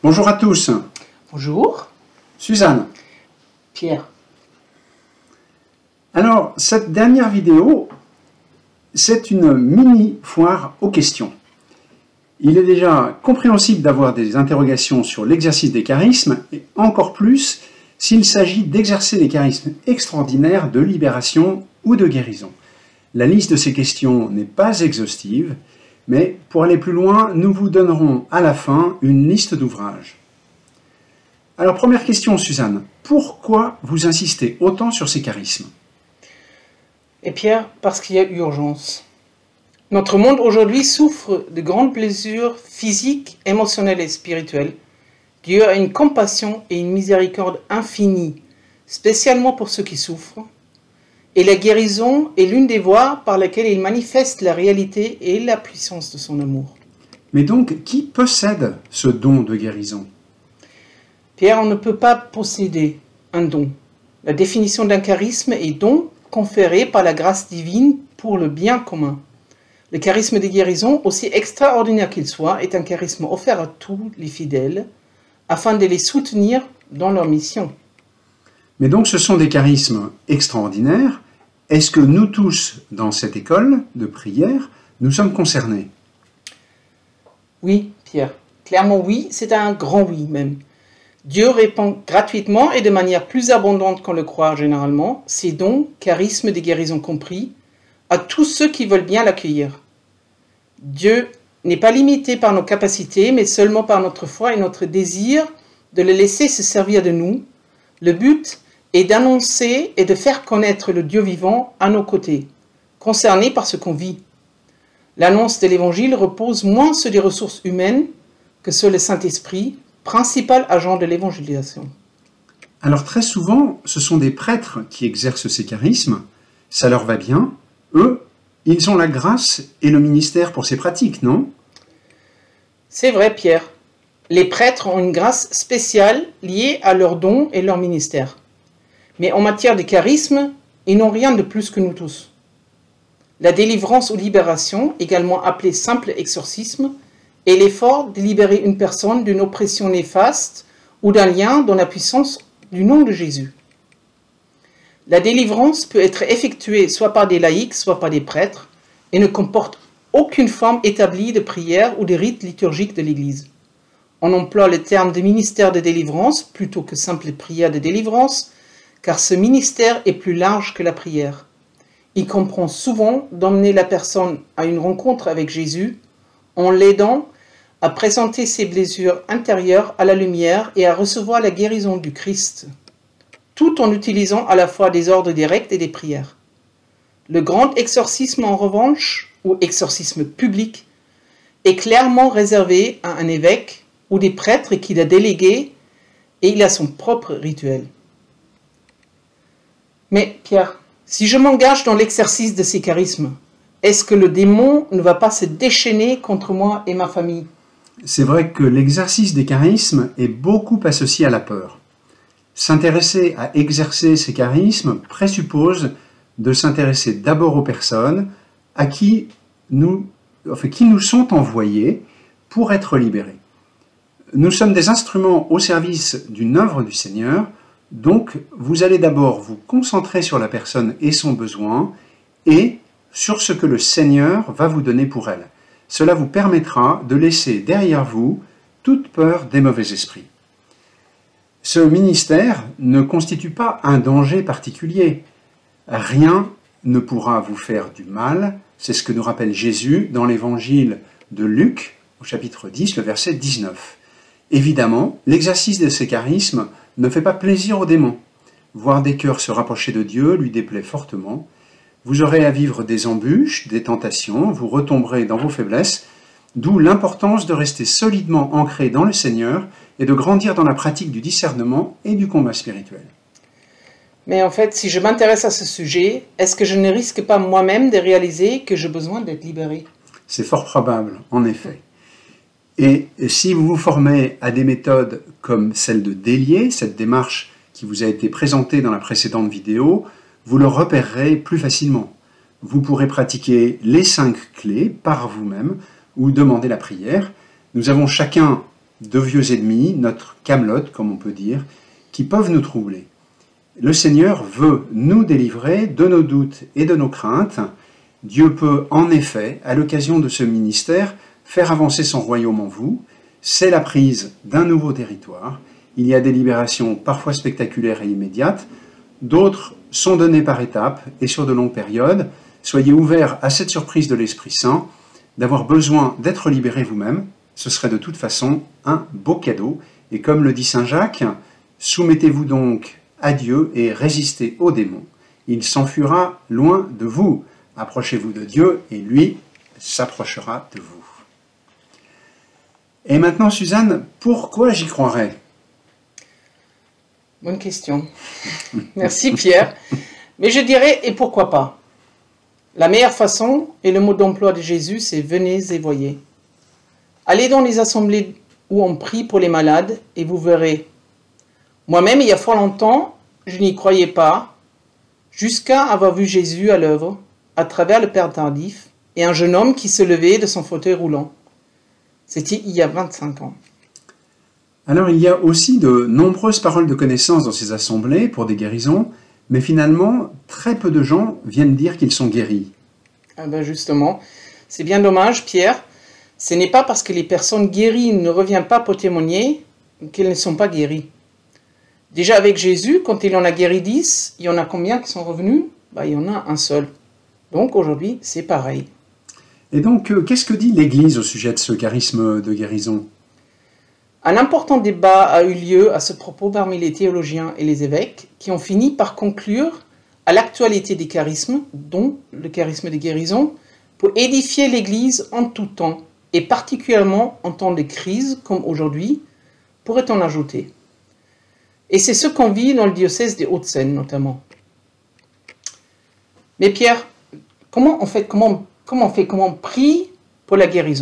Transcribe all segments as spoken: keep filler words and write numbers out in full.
Bonjour à tous. Bonjour. Suzanne. Pierre. Alors, cette dernière vidéo, c'est une mini-foire aux questions. Il est déjà compréhensible d'avoir des interrogations sur l'exercice des charismes, et encore plus s'il s'agit d'exercer des charismes extraordinaires de libération ou de guérison. La liste de ces questions n'est pas exhaustive, mais pour aller plus loin, nous vous donnerons à la fin une liste d'ouvrages. Alors, première question, Suzanne. Pourquoi vous insistez autant sur ces charismes? Et Pierre, parce qu'il y a urgence. Notre monde aujourd'hui souffre de grandes blessures physiques, émotionnelles et spirituelles. Dieu a une compassion et une miséricorde infinie, spécialement pour ceux qui souffrent. Et la guérison est l'une des voies par lesquelles il manifeste la réalité et la puissance de son amour. Mais donc, qui possède ce don de guérison? Pierre, on ne peut pas posséder un don. La définition d'un charisme est don conféré par la grâce divine pour le bien commun. Le charisme de guérison, aussi extraordinaire qu'il soit, est un charisme offert à tous les fidèles afin de les soutenir dans leur mission. Mais donc ce sont des charismes extraordinaires. Est-ce que nous tous, dans cette école de prière, nous sommes concernés? Oui, Pierre. Clairement oui, c'est un grand oui même. Dieu répond gratuitement et de manière plus abondante qu'on le croit généralement, ses dons, charismes de guérison compris, à tous ceux qui veulent bien l'accueillir. Dieu n'est pas limité par nos capacités, mais seulement par notre foi et notre désir de le laisser se servir de nous. Le but est d'annoncer et de faire connaître le Dieu vivant à nos côtés, concernés par ce qu'on vit. L'annonce de l'Évangile repose moins sur des ressources humaines que sur le Saint-Esprit, principal agent de l'évangélisation. Alors très souvent, ce sont des prêtres qui exercent ces charismes. Ça leur va bien. Eux, ils ont la grâce et le ministère pour ces pratiques, non? C'est vrai, Pierre. Les prêtres ont une grâce spéciale liée à leurs dons et leur ministère. Mais en matière de charisme, ils n'ont rien de plus que nous tous. La délivrance ou libération, également appelée simple exorcisme, est l'effort de libérer une personne d'une oppression néfaste ou d'un lien dans la puissance du nom de Jésus. La délivrance peut être effectuée soit par des laïcs, soit par des prêtres, et ne comporte aucune forme établie de prière ou de rite liturgique de l'Église. On emploie le terme de ministère de délivrance plutôt que simple prière de délivrance, car ce ministère est plus large que la prière. Il comprend souvent d'emmener la personne à une rencontre avec Jésus, en l'aidant à présenter ses blessures intérieures à la lumière et à recevoir la guérison du Christ, tout en utilisant à la fois des ordres directs et des prières. Le grand exorcisme, en revanche, ou exorcisme public, est clairement réservé à un évêque ou des prêtres qu'il a délégués, et il a son propre rituel. Mais Pierre, si je m'engage dans l'exercice de ces charismes, est-ce que le démon ne va pas se déchaîner contre moi et ma famille? C'est vrai que l'exercice des charismes est beaucoup associé à la peur. S'intéresser à exercer ces charismes présuppose de s'intéresser d'abord aux personnes à qui nous, enfin, qui nous sont envoyées pour être libérées. Nous sommes des instruments au service d'une œuvre du Seigneur, donc vous allez d'abord vous concentrer sur la personne et son besoin et sur ce que le Seigneur va vous donner pour elle. Cela vous permettra de laisser derrière vous toute peur des mauvais esprits. Ce ministère ne constitue pas un danger particulier. Rien ne pourra vous faire du mal, c'est ce que nous rappelle Jésus dans l'évangile de Luc, au chapitre dix, le verset dix-neuf. Évidemment, l'exercice de ces charismes ne fait pas plaisir aux démons. Voir des cœurs se rapprocher de Dieu lui déplaît fortement. Vous aurez à vivre des embûches, des tentations, vous retomberez dans vos faiblesses, d'où l'importance de rester solidement ancré dans le Seigneur et de grandir dans la pratique du discernement et du combat spirituel. Mais en fait, si je m'intéresse à ce sujet, est-ce que je ne risque pas moi-même de réaliser que j'ai besoin d'être libéré? C'est fort probable, en effet. Et si vous vous formez à des méthodes comme celle de délier, cette démarche qui vous a été présentée dans la précédente vidéo, vous le repérerez plus facilement. Vous pourrez pratiquer les cinq clés par vous-même ou demander la prière. Nous avons chacun de vieux ennemis, notre camelote, comme on peut dire, qui peuvent nous troubler. Le Seigneur veut nous délivrer de nos doutes et de nos craintes. Dieu peut en effet, à l'occasion de ce ministère, faire avancer son royaume en vous. C'est la prise d'un nouveau territoire. Il y a des libérations parfois spectaculaires et immédiates, d'autres sont données par étapes et sur de longues périodes. Soyez ouverts à cette surprise de l'Esprit Saint, d'avoir besoin d'être libérés vous-même. Ce serait de toute façon un beau cadeau. Et comme le dit saint Jacques, soumettez-vous donc à Dieu et résistez au démon. Il s'enfuira loin de vous. Approchez-vous de Dieu et lui s'approchera de vous. Et maintenant, Suzanne, pourquoi j'y croirais ? Bonne question. Merci Pierre. Mais je dirais, et pourquoi pas ? La meilleure façon, et le mot d'emploi de Jésus, c'est « venez et voyez ». Allez dans les assemblées où on prie pour les malades et vous verrez. Moi-même, il y a fort longtemps, je n'y croyais pas, jusqu'à avoir vu Jésus à l'œuvre, à travers le Père Tardif, et un jeune homme qui se levait de son fauteuil roulant. C'était il y a vingt-cinq ans. Alors il y a aussi de nombreuses paroles de connaissance dans ces assemblées pour des guérisons, mais finalement, très peu de gens viennent dire qu'ils sont guéris. Ah ben justement, c'est bien dommage, Pierre. Ce n'est pas parce que les personnes guéries ne reviennent pas pour témoigner qu'elles ne sont pas guéries. Déjà avec Jésus, quand il en a guéri dix, il y en a combien qui sont revenus ? Ben, il y en a un seul. Donc aujourd'hui, c'est pareil. Et donc, euh, qu'est-ce que dit l'Église au sujet de ce charisme de guérison ? Un important débat a eu lieu à ce propos parmi les théologiens et les évêques qui ont fini par conclure à l'actualité des charismes, dont le charisme de guérison, pour édifier l'Église en tout temps, et particulièrement en temps de crise comme aujourd'hui, pourrait-on ajouter. Et c'est ce qu'on vit dans le diocèse des Hauts-de-Seine notamment. Mais Pierre, comment on fait, comment, comment on fait, comment on prie pour la guérison ?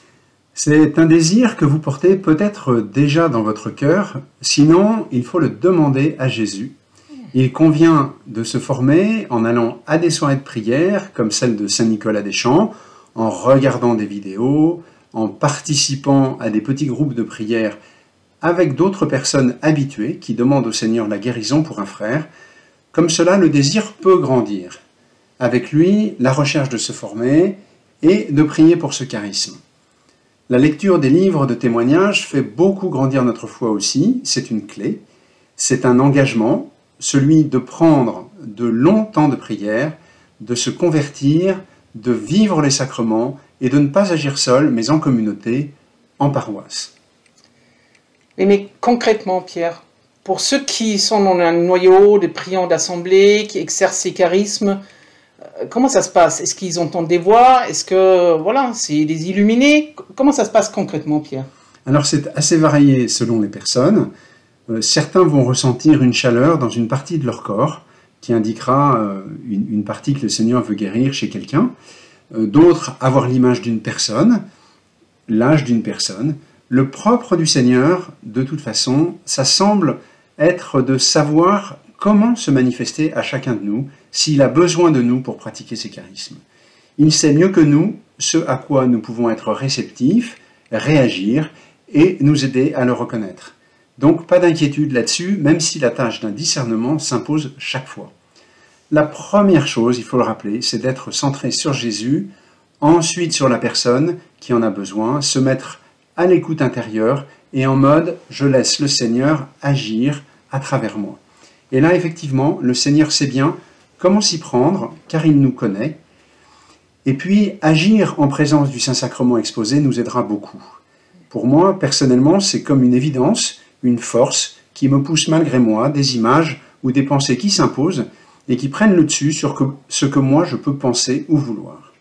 C'est un désir que vous portez peut-être déjà dans votre cœur, sinon il faut le demander à Jésus. Il convient de se former en allant à des soirées de prière, comme celle de Saint-Nicolas des Champs, en regardant des vidéos, en participant à des petits groupes de prière avec d'autres personnes habituées qui demandent au Seigneur la guérison pour un frère. Comme cela, le désir peut grandir. Avec lui, la recherche de se former et de prier pour ce charisme. La lecture des livres de témoignages fait beaucoup grandir notre foi aussi, c'est une clé. C'est un engagement, celui de prendre de longs temps de prière, de se convertir, de vivre les sacrements et de ne pas agir seul, mais en communauté, en paroisse. Mais, mais concrètement, Pierre, pour ceux qui sont dans un noyau de priants d'assemblée, qui exercent ces charismes, comment ça se passe ? Est-ce qu'ils entendent des voix ? Est-ce que, voilà, c'est des illuminés ? Comment ça se passe concrètement, Pierre ? Alors c'est assez varié selon les personnes. Euh, certains vont ressentir une chaleur dans une partie de leur corps qui indiquera euh, une, une partie que le Seigneur veut guérir chez quelqu'un. Euh, d'autres avoir l'image d'une personne, l'âge d'une personne. Le propre du Seigneur, de toute façon, ça semble être de savoir comment se manifester à chacun de nous, s'il a besoin de nous pour pratiquer ces charismes. Il sait mieux que nous ce à quoi nous pouvons être réceptifs, réagir et nous aider à le reconnaître. Donc pas d'inquiétude là-dessus, même si la tâche d'un discernement s'impose chaque fois. La première chose, il faut le rappeler, c'est d'être centré sur Jésus, ensuite sur la personne qui en a besoin, se mettre à l'écoute intérieure et en mode « je laisse le Seigneur agir à travers moi ». Et là, effectivement, le Seigneur sait bien comment s'y prendre, car il nous connaît. Et puis, agir en présence du Saint-Sacrement exposé nous aidera beaucoup. Pour moi, personnellement, c'est comme une évidence, une force qui me pousse malgré moi des images ou des pensées qui s'imposent et qui prennent le dessus sur que, ce que moi je peux penser ou vouloir.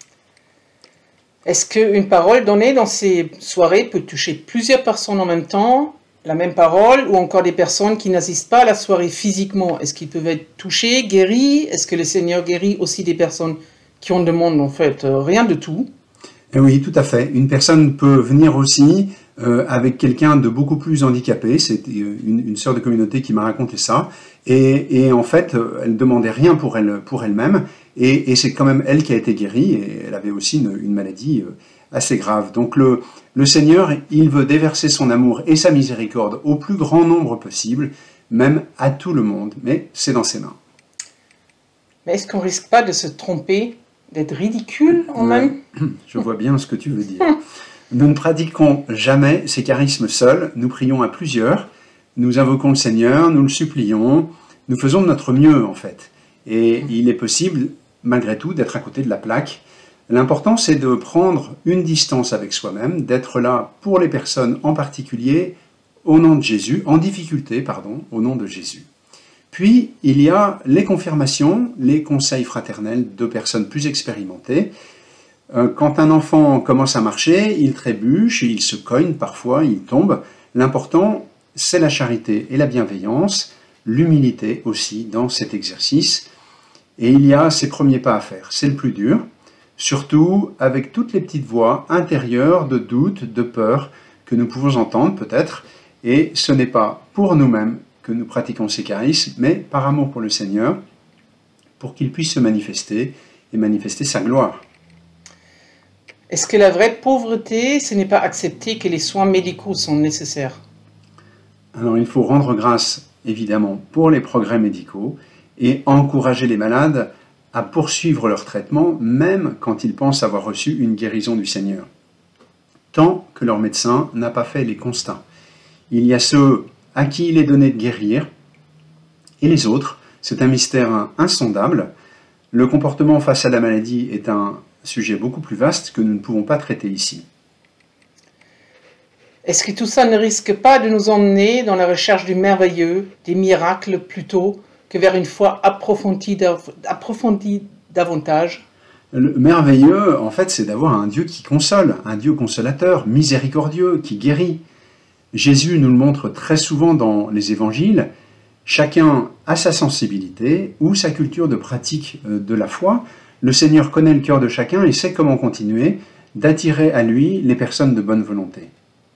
Est-ce qu'une parole donnée dans ces soirées peut toucher plusieurs personnes en même temps ? La même parole, ou encore des personnes qui n'assistent pas à la soirée physiquement, est-ce qu'ils peuvent être touchés, guéris ? Est-ce que le Seigneur guérit aussi des personnes qui en demandent en fait euh, rien de tout ? Et oui, tout à fait. Une personne peut venir aussi euh, avec quelqu'un de beaucoup plus handicapé. C'était une, une sœur de communauté qui m'a raconté ça. Et, et en fait, elle ne demandait rien pour elle, pour elle-même. Et, et c'est quand même elle qui a été guérie. Et elle avait aussi une, une maladie assez grave. Donc le, le Seigneur, il veut déverser son amour et sa miséricorde au plus grand nombre possible, même à tout le monde, mais c'est dans ses mains. Mais est-ce qu'on risque pas de se tromper, d'être ridicule en même? Je vois bien ce que tu veux dire. Nous ne pratiquons jamais ces charismes seuls, nous prions à plusieurs, nous invoquons le Seigneur, nous le supplions, nous faisons de notre mieux en fait. Et il est possible, malgré tout, d'être à côté de la plaque. L'important, c'est de prendre une distance avec soi-même, d'être là pour les personnes en particulier, au nom de Jésus, en difficulté, pardon, au nom de Jésus. Puis, il y a les confirmations, les conseils fraternels de personnes plus expérimentées. Quand un enfant commence à marcher, il trébuche, il se cogne parfois, il tombe. L'important, c'est la charité et la bienveillance, l'humilité aussi dans cet exercice. Et il y a ces premiers pas à faire. C'est le plus dur, surtout avec toutes les petites voix intérieures de doute, de peur que nous pouvons entendre peut-être. Et ce n'est pas pour nous-mêmes que nous pratiquons ces charismes, mais par amour pour le Seigneur, pour qu'il puisse se manifester et manifester sa gloire. Est-ce que la vraie pauvreté, ce n'est pas accepter que les soins médicaux sont nécessaires? Alors il faut rendre grâce, évidemment, pour les progrès médicaux et encourager les malades à poursuivre leur traitement, même quand ils pensent avoir reçu une guérison du Seigneur, tant que leur médecin n'a pas fait les constats. Il y a ceux à qui il est donné de guérir, et les autres, c'est un mystère insondable. Le comportement face à la maladie est un sujet beaucoup plus vaste que nous ne pouvons pas traiter ici. Est-ce que tout ça ne risque pas de nous emmener dans la recherche du merveilleux, des miracles plutôt, que vers une foi approfondie, dav- approfondie davantage? Le merveilleux, en fait, c'est d'avoir un Dieu qui console, un Dieu consolateur, miséricordieux, qui guérit. Jésus nous le montre très souvent dans les évangiles. Chacun a sa sensibilité ou sa culture de pratique de la foi. Le Seigneur connaît le cœur de chacun et sait comment continuer d'attirer à lui les personnes de bonne volonté.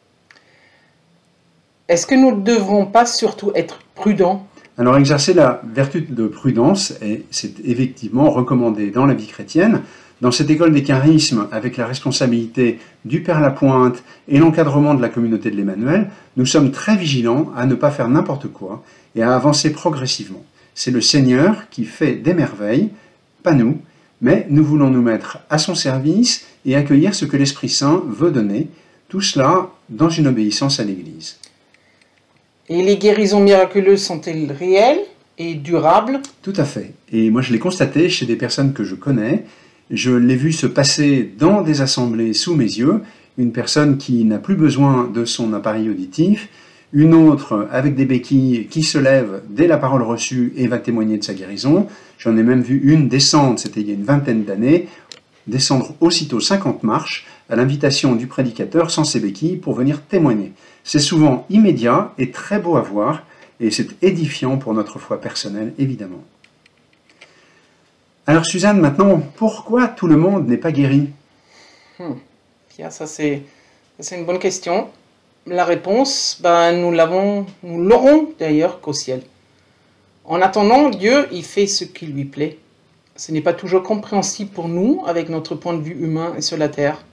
Est-ce que nous ne devrons pas surtout être prudents? Alors exercer la vertu de prudence, et c'est effectivement recommandé dans la vie chrétienne. Dans cette école des charismes, avec la responsabilité du Père Lapointe et l'encadrement de la communauté de l'Emmanuel, nous sommes très vigilants à ne pas faire n'importe quoi et à avancer progressivement. C'est le Seigneur qui fait des merveilles, pas nous, mais nous voulons nous mettre à son service et accueillir ce que l'Esprit Saint veut donner, tout cela dans une obéissance à l'Église. Et les guérisons miraculeuses sont-elles réelles et durables? Tout à fait. Et moi je l'ai constaté chez des personnes que je connais. Je l'ai vu se passer dans des assemblées sous mes yeux, une personne qui n'a plus besoin de son appareil auditif, une autre avec des béquilles qui se lève dès la parole reçue et va témoigner de sa guérison. J'en ai même vu une descendre, c'était il y a une vingtaine d'années, descendre aussitôt cinquante marches à l'invitation du prédicateur sans ses béquilles pour venir témoigner. C'est souvent immédiat et très beau à voir, et c'est édifiant pour notre foi personnelle, évidemment. Alors Suzanne, maintenant, pourquoi tout le monde n'est pas guéri? Hmm. Bien, ça c'est, c'est une bonne question. La réponse, ben, nous l'avons, nous l'aurons d'ailleurs qu'au ciel. En attendant, Dieu, il fait ce qui lui plaît. Ce n'est pas toujours compréhensible pour nous avec notre point de vue humain et sur la terre.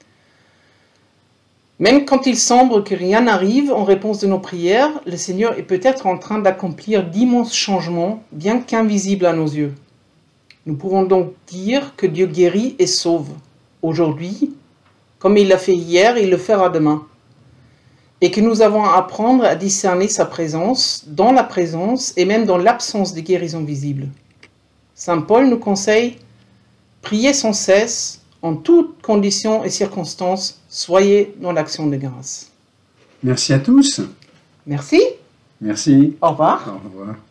Même quand il semble que rien n'arrive en réponse de nos prières, le Seigneur est peut-être en train d'accomplir d'immenses changements, bien qu'invisibles à nos yeux. Nous pouvons donc dire que Dieu guérit et sauve aujourd'hui, comme il l'a fait hier, il le fera demain. Et que nous avons à apprendre à discerner sa présence dans la présence et même dans l'absence des guérisons visibles. Saint Paul nous conseille « Priez sans cesse, en toutes conditions et circonstances, soyez dans l'action de grâce. » Merci à tous. Merci. Merci. Au revoir. Au revoir.